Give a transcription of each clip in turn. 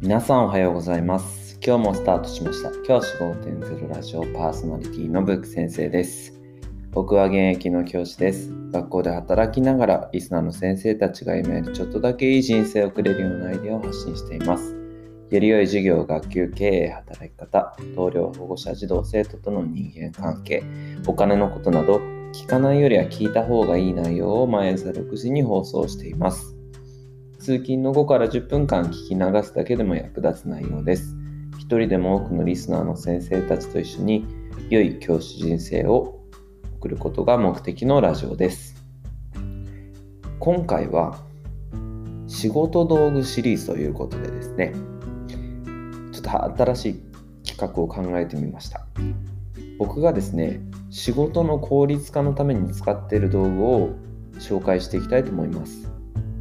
皆さんおはようございます。今日もスタートしました教師 5.0 ラジオパーソナリティのブック先生です。僕は現役の教師です。学校で働きながらリスナーの先生たちが今よりちょっとだけいい人生を送れるようなアイデアを発信しています。より良い授業、学級経営、働き方、同僚、保護者、児童、生徒との人間関係、お金のことなど聞かないよりは聞いた方がいい内容を毎朝6時に放送しています。通勤の5から10分間聞き流すだけでも役立つ内容です。一人でも多くのリスナーの先生たちと一緒に良い教師人生を送ることが目的のラジオです。今回は仕事道具シリーズということでですね、ちょっと新しい企画を考えてみました。僕がですね、仕事の効率化のために使っている道具を紹介していきたいと思います。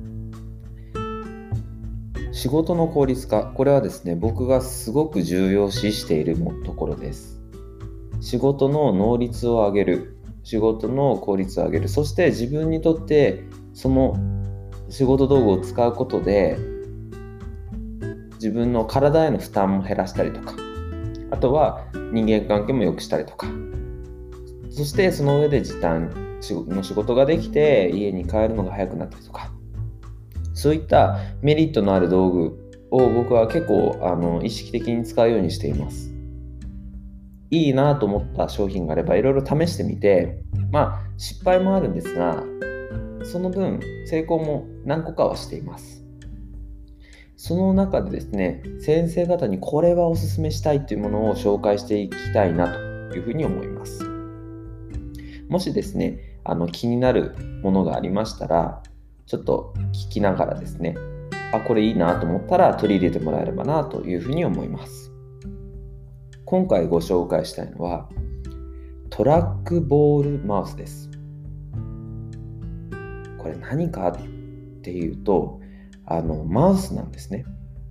仕事の効率化、これはですね、僕がすごく重要視しているところです。仕事の能率を上げる、仕事の効率を上げる、そして自分にとってその仕事道具を使うことで自分の体への負担も減らしたりとか、あとは人間関係も良くしたりとか、そしてその上で時短の仕事ができて家に帰るのが早くなったりとか、そういったメリットのある道具を僕は結構意識的に使うようにしています。いいなと思った商品があればいろいろ試してみて、失敗もあるんですが、その分成功も何個かはしています。その中でですね、先生方にこれはお勧めしたいというものを紹介していきたいなというふうに思います。もしですね、気になるものがありましたら、ちょっと聞きながらですね、これいいなと思ったら取り入れてもらえればなというふうに思います。今回ご紹介したいのはトラックボールマウスです。これ何かっていうと、マウスなんですね。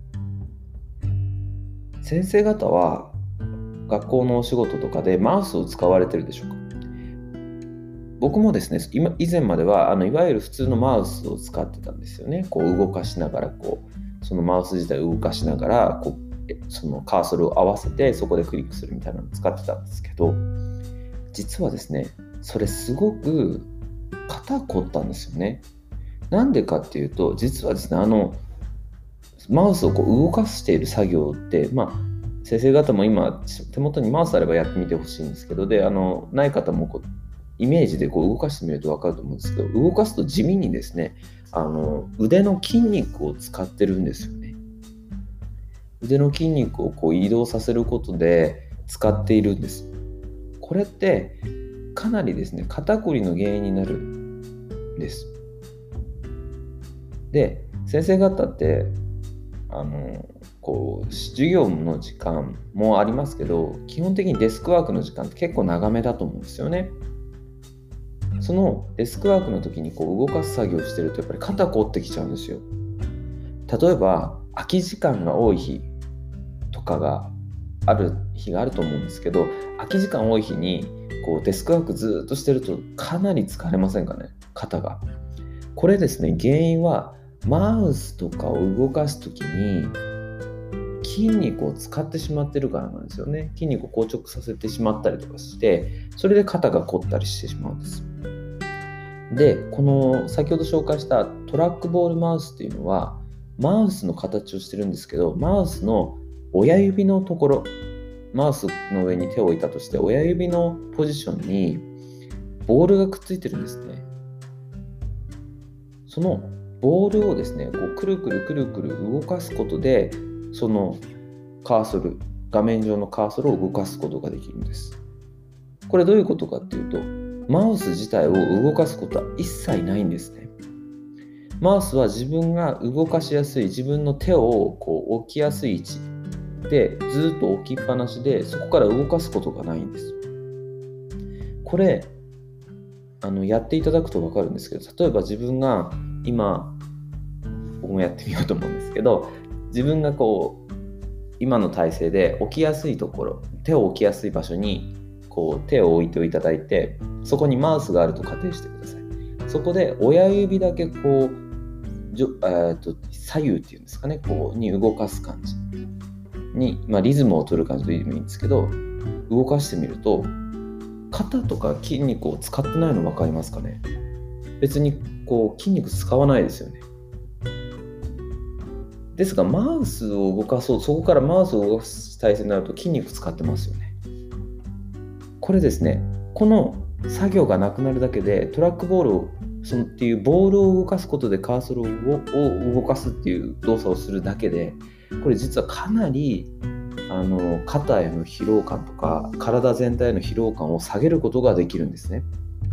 先生方は学校のお仕事とかでマウスを使われてるでしょうか？僕もですね、以前まではいわゆる普通のマウスを使ってたんですよね。こう動かしながら、そのマウス自体を動かしながら、そのカーソルを合わせてそこでクリックするみたいなのを使ってたんですけど、実はですね、それすごく肩凝ったんですよね。なんでかっていうと、実はですね、マウスを動かしている作業って、先生方も今手元にマウスあればやってみてほしいんですけど、でない方もイメージで動かしてみると分かると思うんですけど、動かすと地味にですね、腕の筋肉を使ってるんですよね。腕の筋肉を移動させることで使っているんです。これってかなりですね、肩こりの原因になるんです。で、先生方って授業の時間もありますけど、基本的にデスクワークの時間って結構長めだと思うんですよね。そのデスクワークの時に動かす作業をしてるとやっぱり肩凝ってきちゃうんですよ。例えば空き時間が多い日とかがある日があると思うんですけど、空き時間多い日にデスクワークずっとしてるとかなり疲れませんかね、肩が。これですね、原因はマウスとかを動かす時に筋肉を使ってしまってるからなんですよね。筋肉を硬直させてしまったりとかして、それで肩が凝ったりしてしまうんです。で、この先ほど紹介したトラックボールマウスっていうのはマウスの形をしてるんですけど、マウスの親指のところ、マウスの上に手を置いたとして親指のポジションにボールがくっついてるんですね。そのボールをですね、くるくるくるくる動かすことで、そのカーソル、画面上のカーソルを動かすことができるんです。これどういうことかっていうと、マウス自体を動かすことは一切ないんですね。マウスは自分が動かしやすい、自分の手を置きやすい位置でずっと置きっぱなしで、そこから動かすことがないんです。これやっていただくと分かるんですけど、例えば自分が今、僕もやってみようと思うんですけど、自分が今の体勢で置きやすいところ、手を置きやすい場所に手を置いていただいて、そこにマウスがあると仮定してください。そこで親指だけ左右っていうんですかね、こうに動かす感じに、リズムを取る感じという意味ですけど、動かしてみると、肩とか筋肉を使ってないの分かりますかね。別にこう筋肉使わないですよね。ですがマウスを動かそう、そこからマウスを動かす体勢になると筋肉使ってますよね。これですね、この作業がなくなるだけでトラックボールをっていうボールを動かすことでカーソルを動かすっていう動作をするだけで、これ実はかなり肩への疲労感とか体全体への疲労感を下げることができるんですね。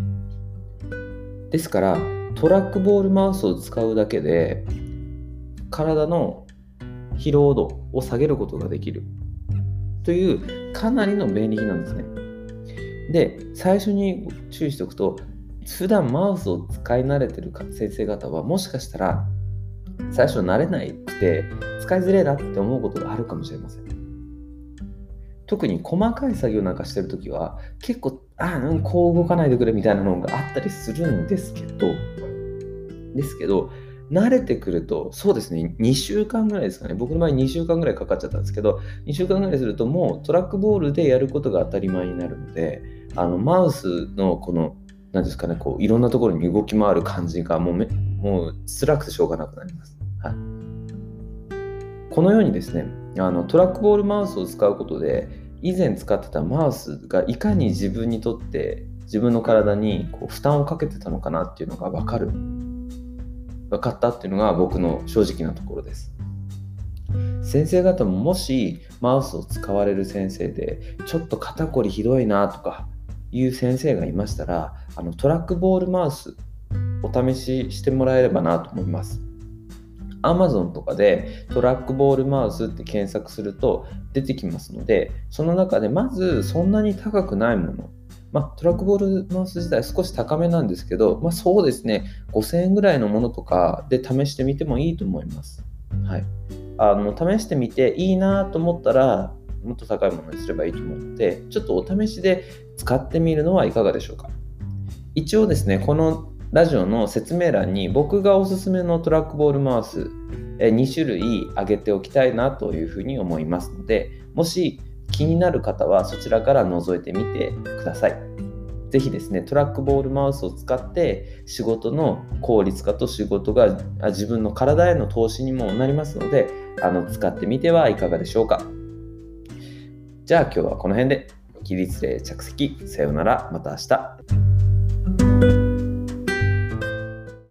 ですからトラックボールマウスを使うだけで体の疲労度を下げることができるというかなりの便利機なんですね。で、最初に注意しておくと、普段マウスを使い慣れている先生方はもしかしたら最初慣れなくて使いづれえなって思うことがあるかもしれません。特に細かい作業なんかしてるときは結構こう動かないでくれみたいなのがあったりするんですけど慣れてくると、そうですね、2週間ぐらいですかね。僕の場合2週間ぐらいかかっちゃったんですけど、2週間ぐらいするともうトラックボールでやることが当たり前になるので、マウスのこの何ですかね、こういろんなところに動き回る感じがもう辛くてしょうがなくなります。はい。このようにですね、トラックボールマウスを使うことで、以前使ってたマウスがいかに自分にとって自分の体にこう負担をかけてたのかなっていうのが分かったっていうのが僕の正直なところです。先生方ももしマウスを使われる先生でちょっと肩こりひどいなとかいう先生がいましたら、トラックボールマウスお試ししてもらえればなと思います。Amazon とかでトラックボールマウスって検索すると出てきますので、その中でまずそんなに高くないもの、トラックボールマウス自体少し高めなんですけど、そうですね、5000円ぐらいのものとかで試してみてもいいと思います。はい。試してみていいなと思ったらもっと高いものにすればいいと思うので、ちょっとお試しで使ってみるのはいかがでしょうか。一応ですね、このラジオの説明欄に僕がおすすめのトラックボールマウス2種類挙げておきたいなというふうに思いますので、もし気になる方はそちらから覗いてみてください。ぜひですね、トラックボールマウスを使って仕事の効率化と仕事が自分の体への投資にもなりますので、使ってみてはいかがでしょうか。じゃあ今日はこの辺で。起立礼着席、さようなら、また明日。